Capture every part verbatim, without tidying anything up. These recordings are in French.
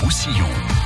Roussillon.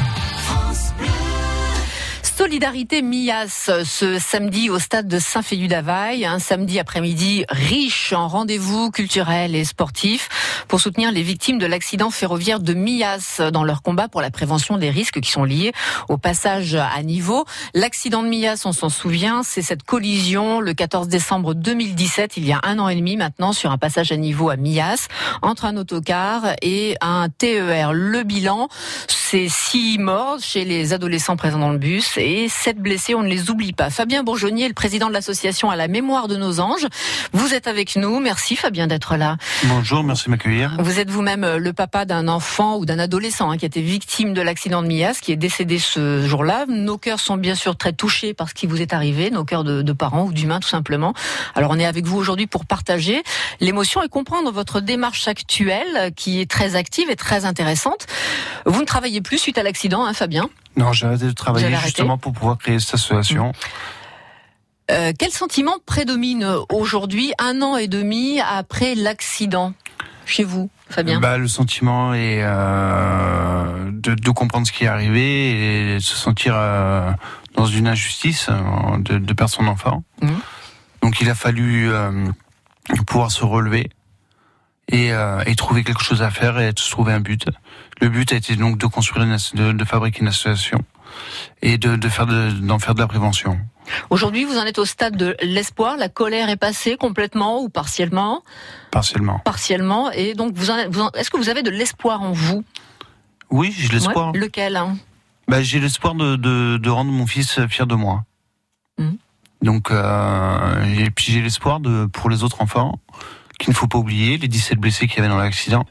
Solidarité Millas ce samedi au stade de Saint-Féliu-d'Availle, un samedi après-midi riche en rendez-vous culturels et sportifs pour soutenir les victimes de l'accident ferroviaire de Millas dans leur combat pour la prévention des risques qui sont liés au passage à niveau. L'accident de Millas, on s'en souvient, c'est cette collision le quatorze décembre deux mille dix-sept, il y a un an et demi maintenant, sur un passage à niveau à Millas, entre un autocar et un T E R. Le bilan, c'est six morts chez les adolescents présents dans le bus et sept blessés, on ne les oublie pas. Fabien Bourgeonnier, le président de l'association À la mémoire de nos anges, vous êtes avec nous. Merci Fabien d'être là. Bonjour, merci de m'accueillir. Vous êtes vous-même le papa d'un enfant ou d'un adolescent hein, qui a été victime de l'accident de Millas, qui est décédé ce jour-là. Nos cœurs sont bien sûr très touchés par ce qui vous est arrivé, nos cœurs de, de parents ou d'humains tout simplement. Alors on est avec vous aujourd'hui pour partager l'émotion et comprendre votre démarche actuelle qui est très active et très intéressante. Vous ne travaillez plus suite à l'accident, hein, Fabien ? Non, j'ai arrêté de travailler justement pour pouvoir créer cette association. Mmh. Euh, quel sentiment prédomine aujourd'hui, un an et demi après l'accident, chez vous, Fabien ? Bah, le sentiment est euh, de, de comprendre ce qui est arrivé et de se sentir euh, dans une injustice de, de perdre son enfant. Mmh. Donc il a fallu euh, pouvoir se relever et, euh, et trouver quelque chose à faire et se trouver un but. Le but a été donc de construire, une, de, de fabriquer une association et de, de faire de, d'en faire de la prévention. Aujourd'hui, vous en êtes au stade de l'espoir. La colère est passée complètement ou partiellement ? Partiellement. Partiellement. Et donc, vous en êtes, vous en, est-ce que vous avez de l'espoir en vous ? Oui, j'ai de l'espoir. Ouais. Lequel hein bah, j'ai l'espoir de, de, de rendre mon fils fier de moi. Mmh. Donc, euh, et puis j'ai l'espoir de pour les autres enfants qu'il ne faut pas oublier, les dix-sept blessés qu'il y avait dans l'accident.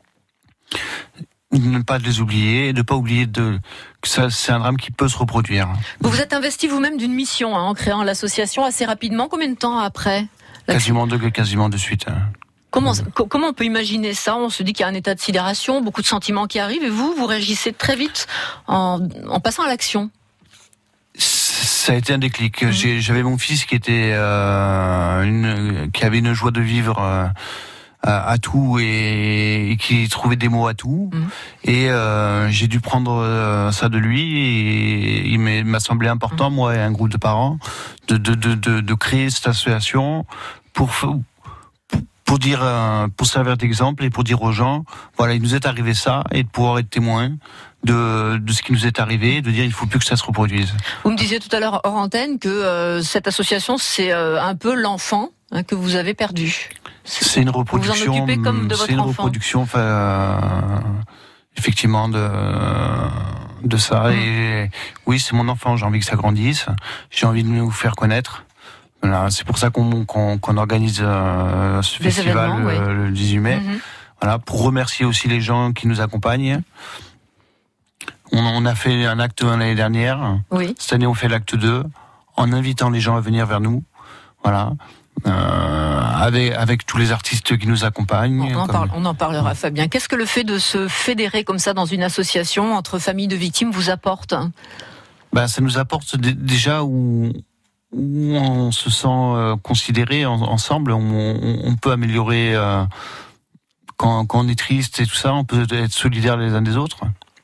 Ne pas les oublier et de ne pas oublier de, que ça, c'est un drame qui peut se reproduire. Vous vous êtes investi vous-même d'une mission hein, en créant l'association assez rapidement. Combien de temps après ? Quasiment de, quasiment de suite. Comment, comment on peut imaginer ça ? On se dit qu'il y a un état de sidération, beaucoup de sentiments qui arrivent et vous, vous réagissez très vite en, en passant à l'action. Ça a été un déclic. Mmh. J'ai, j'avais mon fils qui était euh, une, qui avait une joie de vivre euh, à, à tout et, et qui trouvait des mots à tout. Mmh. Et euh, j'ai dû prendre euh, ça de lui. Et il m'a semblé important, mmh. moi et un groupe de parents, de de de de, de créer cette association pour pour dire, pour servir d'exemple et pour dire aux gens, voilà, il nous est arrivé ça, et de pouvoir être témoin de, de ce qui nous est arrivé, de dire il faut plus que ça se reproduise. Vous me disiez tout à l'heure hors antenne que euh, cette association c'est euh, un peu l'enfant hein, que vous avez perdu. C'est, c'est une reproduction. Vous en occupez comme de votre enfant. C'est une reproduction, euh, effectivement de de ça. Mmh. Et oui, c'est mon enfant. J'ai envie que ça grandisse. J'ai envie de nous faire connaître. Voilà, c'est pour ça qu'on, qu'on, qu'on organise euh, ce Des festival le, oui. le dix-huit mai. Mmh. Voilà, pour remercier aussi les gens qui nous accompagnent. On, on a fait un acte un l'année dernière. Oui. Cette année, on fait l'acte deux en invitant les gens à venir vers nous. Voilà. Euh, avec, avec tous les artistes qui nous accompagnent. On en, comme... parle, on en parlera, Fabien. Qu'est-ce que le fait de se fédérer comme ça dans une association entre familles de victimes vous apporte ? Ben, ça nous apporte d- déjà où... où on se sent euh, considéré en, ensemble, on, on, on peut améliorer euh, quand, quand on est triste et tout ça, on peut être solidaires les uns des autres.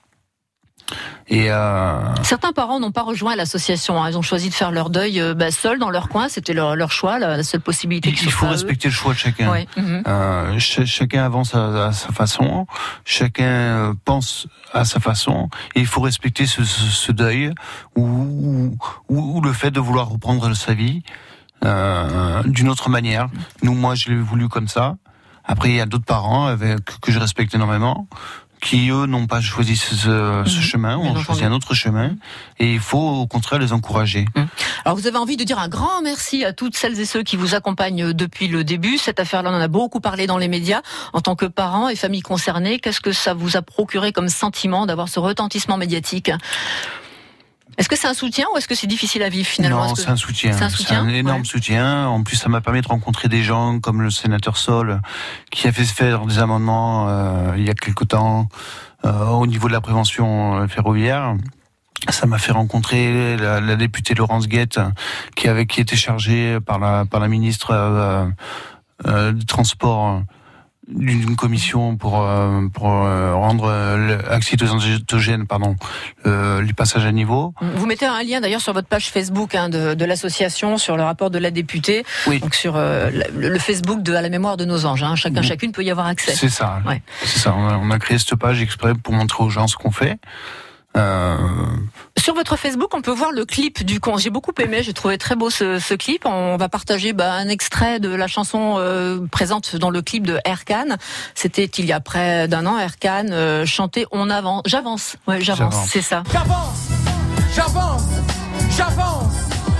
Et euh... certains parents n'ont pas rejoint l'association, hein. Ils ont choisi de faire leur deuil euh, bah, seuls dans leur coin, c'était leur, leur choix, la, la seule possibilité. Il, il faut respecter eux. le choix de chacun. Ouais. Mm-hmm. Euh, ch- chacun avance à, à sa façon, chacun pense à sa façon, et il faut respecter ce, ce, ce deuil ou, ou, ou le fait de vouloir reprendre sa vie euh, d'une autre manière. Nous, moi, je l'ai voulu comme ça. Après, il y a d'autres parents avec, que je respecte énormément, qui eux n'ont pas choisi ce, ce, ce mmh. chemin, ou ont choisi un autre chemin, et il faut au contraire les encourager. Mmh. Alors vous avez envie de dire un grand merci à toutes celles et ceux qui vous accompagnent depuis le début. Cette affaire-là, on en a beaucoup parlé dans les médias. En tant que parents et familles concernées, qu'est-ce que ça vous a procuré comme sentiment d'avoir ce retentissement médiatique ? Est-ce que c'est un soutien ou est-ce que c'est difficile à vivre finalement ? Non, que... c'est un soutien. C'est un, soutien c'est un énorme ouais. soutien. En plus, ça m'a permis de rencontrer des gens comme le sénateur Sol, qui a fait faire des amendements euh, il y a quelque temps euh, au niveau de la prévention ferroviaire. Ça m'a fait rencontrer la, la députée Laurence Guette, qui avait qui était chargée par la par la ministre euh, euh, des Transports d'une commission pour euh, pour euh, rendre euh, accidentogène, pardon, euh, les passages à niveau. Vous mettez un lien d'ailleurs sur votre page Facebook hein, de, de l'association sur le rapport de la députée, oui. donc sur euh, le, le Facebook de À la mémoire de nos anges. Hein. Chacun, oui. chacune peut y avoir accès. C'est ça. Ouais. C'est ça. On a, on a créé cette page exprès pour montrer aux gens ce qu'on fait. Euh... Sur votre Facebook, on peut voir le clip du con. J'ai beaucoup aimé, j'ai trouvé très beau ce, ce clip. On va partager bah, un extrait de la chanson euh, présente dans le clip de Erkan. C'était il y a près d'un an. Erkan euh, chantait On avance, j'avance. Ouais, j'avance, j'avance. C'est ça. J'avance, j'avance, j'avance.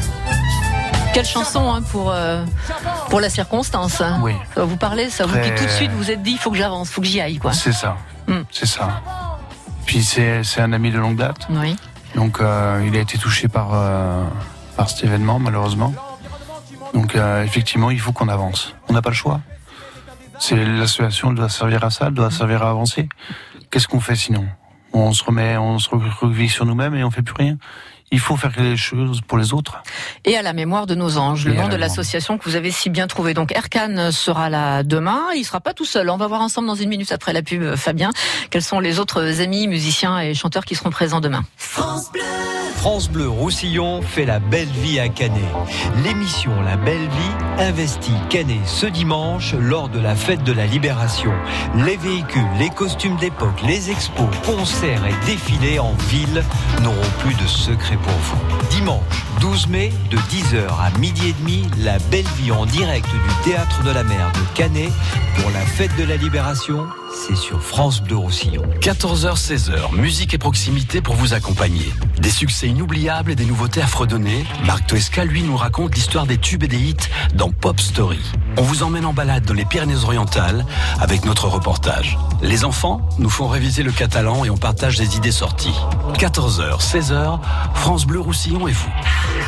Quelle chanson hein, pour euh, pour la circonstance. Hein. Oui. Ça vous parlez, ça Très... vous dit tout de suite. Vous vous êtes dit, il faut que j'avance, il faut que j'y aille, quoi. C'est ça. Mm. C'est ça. Puis c'est, c'est un ami de longue date. Oui. Donc euh, il a été touché par, euh, par cet événement, malheureusement. Donc euh, effectivement, il faut qu'on avance. On n'a pas le choix. C'est, l'association doit servir à ça, doit servir à avancer. Qu'est-ce qu'on fait sinon ? On se remet, on se revit sur nous-mêmes et on fait plus rien. Il faut faire les choses pour les autres. Et à la mémoire de nos anges, le et nom de l'association que vous avez si bien trouvé. Donc Erkan sera là demain, il sera pas tout seul. On va voir ensemble dans une minute après la pub, Fabien, quels sont les autres amis, musiciens et chanteurs qui seront présents demain. France Bleu. France Bleu Roussillon fait la belle vie à Canet. L'émission La Belle Vie investit Canet ce dimanche lors de la fête de la Libération. Les véhicules, les costumes d'époque, les expos, concerts et défilés en ville n'auront plus de secret pour vous. Dimanche douze mai, de dix heures à midi et demi, la belle vie en direct du Théâtre de la Mer de Canet pour la fête de la Libération, c'est sur France Bleu Roussillon. quatorze heures seize heures, musique et proximité pour vous accompagner. Des succès inoubliables et des nouveautés à fredonner. Marc Toesca, lui, nous raconte l'histoire des tubes et des hits dans Pop Story. On vous emmène en balade dans les Pyrénées-Orientales avec notre reportage. Les enfants nous font réviser le catalan et on partage des idées sorties. quatorze heures seize heures, France Bleu Roussillon et vous.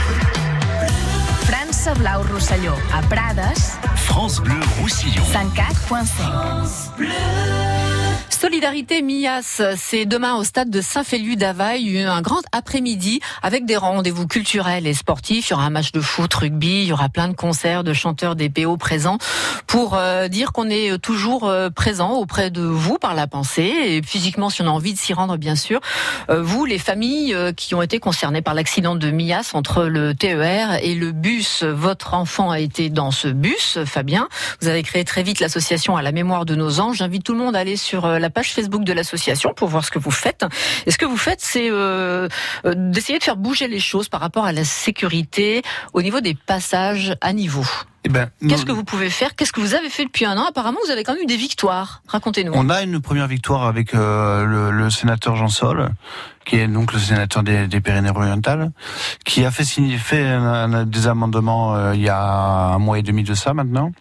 France Blau Rosselló, à Prades. France Bleu Roussillon. cent quatre virgule cinq. Solidarité Millas, c'est demain au stade de Saint-Féliu-d'Availle, un grand après-midi avec des rendez-vous culturels et sportifs. Il y aura un match de foot, rugby, il y aura plein de concerts de chanteurs des P O présents pour euh, dire qu'on est toujours euh, présent auprès de vous par la pensée et physiquement si on a envie de s'y rendre bien sûr. Euh, vous, les familles euh, qui ont été concernées par l'accident de Millas entre le T E R et le bus, votre enfant a été dans ce bus, Fabien. Vous avez créé très vite l'association À la mémoire de nos anges. J'invite tout le monde à aller sur euh, la page Facebook de l'association pour voir ce que vous faites. Et ce que vous faites, c'est euh, euh, d'essayer de faire bouger les choses par rapport à la sécurité au niveau des passages à niveau. Eh ben, Qu'est-ce nous, que vous pouvez faire ? Qu'est-ce que vous avez fait depuis un an ? Apparemment, vous avez quand même eu des victoires. Racontez-nous. On a une première victoire avec euh, le, le sénateur Jean Sol, qui est donc le sénateur des, des Pyrénées-Orientales, qui a fait signer fait un, un, des amendements euh, il y a un mois et demi de ça maintenant,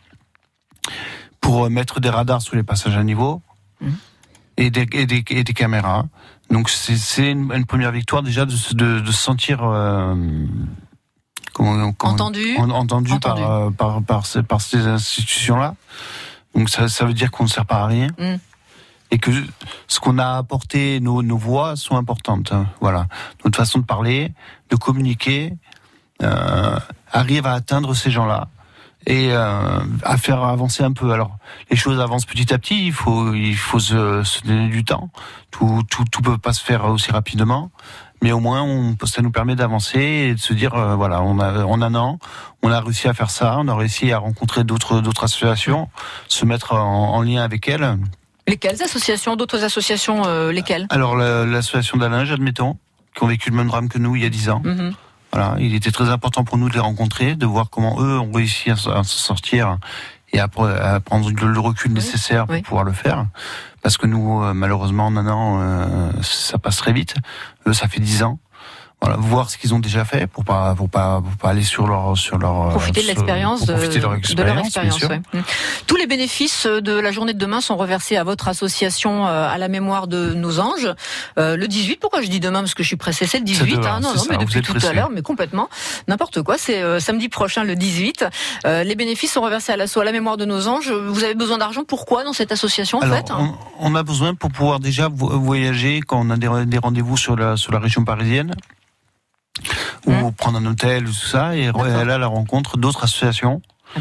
pour mettre des radars sur les passages à niveau. Mmh. Et des, et, des, et des caméras. Donc c'est, c'est une, une première victoire déjà de, de, de se sentir euh, comment, comment, entendu, en, entendu, entendu. Par, euh, par, par, ces, par ces institutions-là. Donc ça, ça veut dire qu'on ne sert pas à rien. Mm. Et que ce qu'on a apporté, nos, nos voix sont importantes. Hein, voilà. Notre façon de parler, de communiquer, euh, arrive à atteindre ces gens-là. Et euh, à faire avancer un peu. Alors, les choses avancent petit à petit. Il faut, il faut se, se donner du temps. Tout, tout, tout peut pas se faire aussi rapidement, mais au moins, on, ça nous permet d'avancer et de se dire, euh, voilà, on a, en un an, on a réussi à faire ça. On a réussi à rencontrer d'autres, d'autres associations, se mettre en, en lien avec elles. Lesquelles associations, d'autres associations, euh, lesquelles ? Alors, la, l'association d'Alinge, admettons, qui ont vécu le même drame que nous il y a dix ans. Mm-hmm. Voilà, il était très important pour nous de les rencontrer, de voir comment eux ont réussi à s'en sortir et à, à prendre le recul nécessaire pour oui. pouvoir le faire. Parce que nous, malheureusement, en un an, euh, ça passe très vite. Eux, ça fait dix ans. Voilà, voir ce qu'ils ont déjà fait pour pas pour pas pour pas aller sur leur sur leur profiter de l'expérience de, profiter de leur expérience, de leur expérience ouais. Tous les bénéfices de la journée de demain sont reversés à votre association à la mémoire de nos anges. Euh, le dix-huit, pourquoi je dis demain parce que je suis pressé, c'est le dix-huit demain, hein, non non ça, mais depuis tout pressé. à l'heure mais complètement n'importe quoi, c'est euh, samedi prochain le dix-huit. Euh, les bénéfices sont reversés à l'asso à la mémoire de nos anges. Vous avez besoin d'argent, pourquoi dans cette association en Alors, fait on, on a besoin pour pouvoir déjà voyager quand on a des, des rendez-vous sur la sur la région parisienne. Ou mmh. prendre un hôtel, tout ça, et elle a la rencontre d'autres associations. Mmh.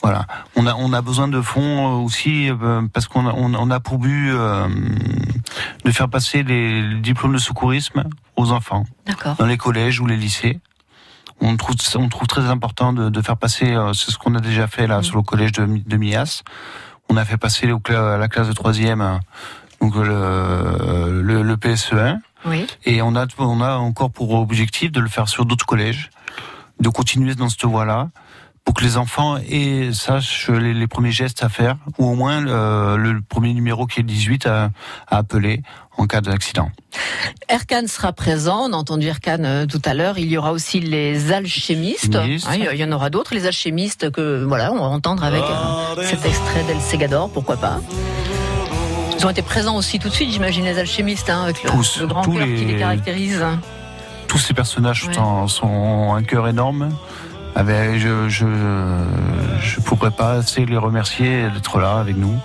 Voilà. On a on a besoin de fonds aussi euh, parce qu'on a, on, on a pour but euh, de faire passer les, les diplômes de secourisme aux enfants. D'accord. Dans les collèges ou les lycées. On trouve on trouve très important de, de faire passer. Euh, c'est ce qu'on a déjà fait là mmh. sur le collège de, de Millas. On a fait passer au, à la classe de troisième donc le, le, le P S E un. Oui. Et on a on a encore pour objectif de le faire sur d'autres collèges, de continuer dans cette voie-là. Pour que les enfants aient, sachent les, les premiers gestes à faire, ou au moins le, le premier numéro qui est dix-huit à, à appeler en cas d'accident. Erkan sera présent, on a entendu Erkan euh, tout à l'heure, il y aura aussi les alchimistes, hein, il y en aura d'autres, les alchimistes que voilà, on va entendre avec euh, cet extrait d'El Segador, pourquoi pas. Ils ont été présents aussi tout de suite, j'imagine, les alchimistes, hein, avec le, tous, le grand cœur les... qui les caractérise. Tous ces personnages ouais. sont, sont un cœur énorme. Ah ben, je, je, je pourrais pas assez les remercier d'être là avec nous.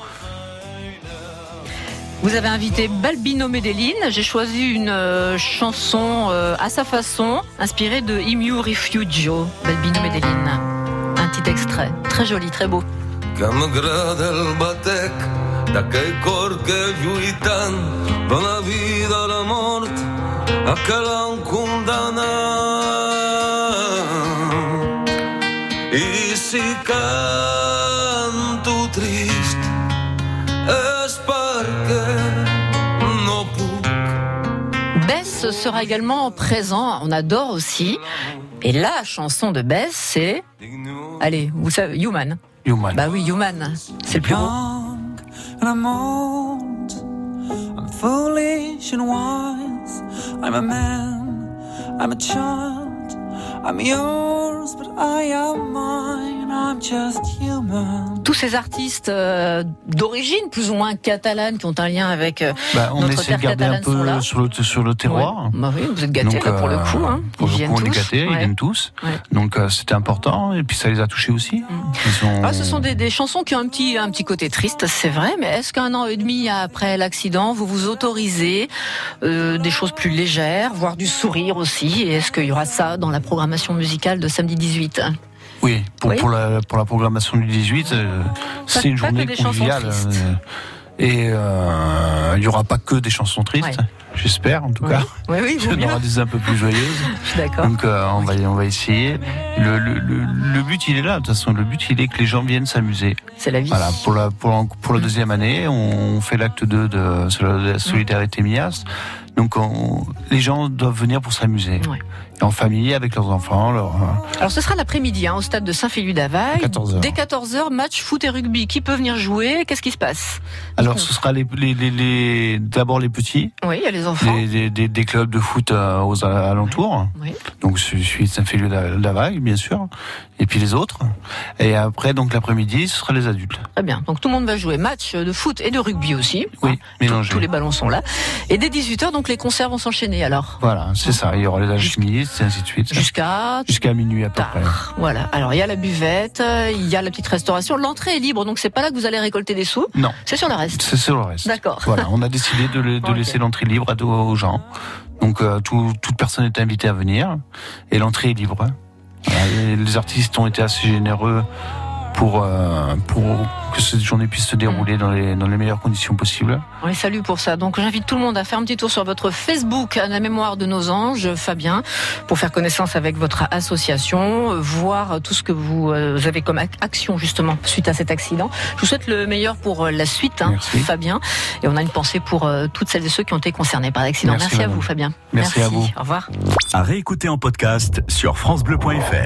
Vous avez invité Balbino Medellin. J'ai choisi une euh, chanson euh, à sa façon, inspirée de Il mio rifugio, Balbino Medellin. Un petit extrait, très joli, très beau. Que m'agrada el batec d'aquell cor que lluitant de la vida a la mort a que l'han condemnat. I si canto trist és perquè no puc. Bess sera également présent, on adore aussi. Et la chanson de Bess, c'est... Allez, vous savez, Human. Human. Bah oui, Human, c'est le plus beau. I'm old, I'm foolish and wise. I'm a man, I'm a child. I'm yours, but I am mine. I'm just human. Tous ces artistes euh, d'origine plus ou moins catalane qui ont un lien avec euh, bah, on notre essaie terre de garder catalane un peu sont là. sur le sur le terroir. Ouais. Bah oui, vous êtes gâtés là pour le coup. Hein. Pour ils le coup, on tous. est gâtés, ouais. Ils viennent tous. Ouais. Donc euh, c'était important et puis ça les a touchés aussi. Mmh. Ils sont... ah, ce sont des, des chansons qui ont un petit un petit côté triste, c'est vrai. Mais est-ce qu'un an et demi après l'accident, vous vous autorisez euh, des choses plus légères, voire du sourire aussi? Et est-ce qu'il y aura ça dans la programmation musicale de samedi dix-huit? Oui, pour, oui. pour, la, pour la programmation du dix-huit, euh, c'est une journée conviviale. Euh, et euh, il n'y aura pas que des chansons tristes, ouais. J'espère en tout oui. cas. Oui, oui, il y en aura des un peu plus joyeuses. Je suis d'accord. Donc euh, on, oui. va, on va essayer. Le, le, le, le but il est là, de toute façon. Le but il est que les gens viennent s'amuser. C'est la vie. Voilà, pour la, pour la, pour la deuxième année, on fait l'acte deux de, de la solidarité Millas. Donc on, les gens doivent venir pour s'amuser. Ouais. En famille, avec leurs enfants. Leur... Alors ce sera l'après-midi hein, au stade de Saint-Féliu-d'Availle. quatorze heures. Dès quatorze heures, match foot et rugby. Qui peut venir jouer? Qu'est-ce qui se passe? Alors ce sera les, les, les, les, d'abord les petits. Oui, il y a les enfants. Des, des, des clubs de foot euh, aux alentours. Oui. Donc je suis de Saint-Féliu-d'Availle, bien sûr. Et puis les autres. Et après, donc l'après-midi, ce sera les adultes. Très bien. Donc tout le monde va jouer match de foot et de rugby aussi. Oui, hein. mélangé. Tous les ballons sont là. Et dès dix-huit heures, donc les concerts vont s'enchaîner alors. Voilà, c'est hein. ça. Il y aura les alchimistes et ainsi de suite. Jusqu'à jusqu'à minuit à peu tard. près. Voilà. Alors il y a la buvette, il y a la petite restauration. L'entrée est libre, donc c'est pas là que vous allez récolter des sous. Non. C'est sur le reste. C'est sur le reste. D'accord. Voilà. On a décidé de, de okay. laisser l'entrée libre à, aux gens. Donc euh, tout, toute personne est invitée à venir et l'entrée est libre. Voilà, les artistes ont été assez généreux pour, euh, pour que cette journée puisse se dérouler mmh. dans, les, dans les meilleures conditions possibles. On les salue pour ça. Donc j'invite tout le monde à faire un petit tour sur votre Facebook à la mémoire de nos anges, Fabien, pour faire connaissance avec votre association, voir tout ce que vous avez comme action justement suite à cet accident. Je vous souhaite le meilleur pour la suite, hein, Fabien. Et on a une pensée pour toutes celles et ceux qui ont été concernés par l'accident. Merci, Merci à vous, Fabien. Merci, Merci à vous. Au revoir. À réécouter en podcast sur francebleu point fr.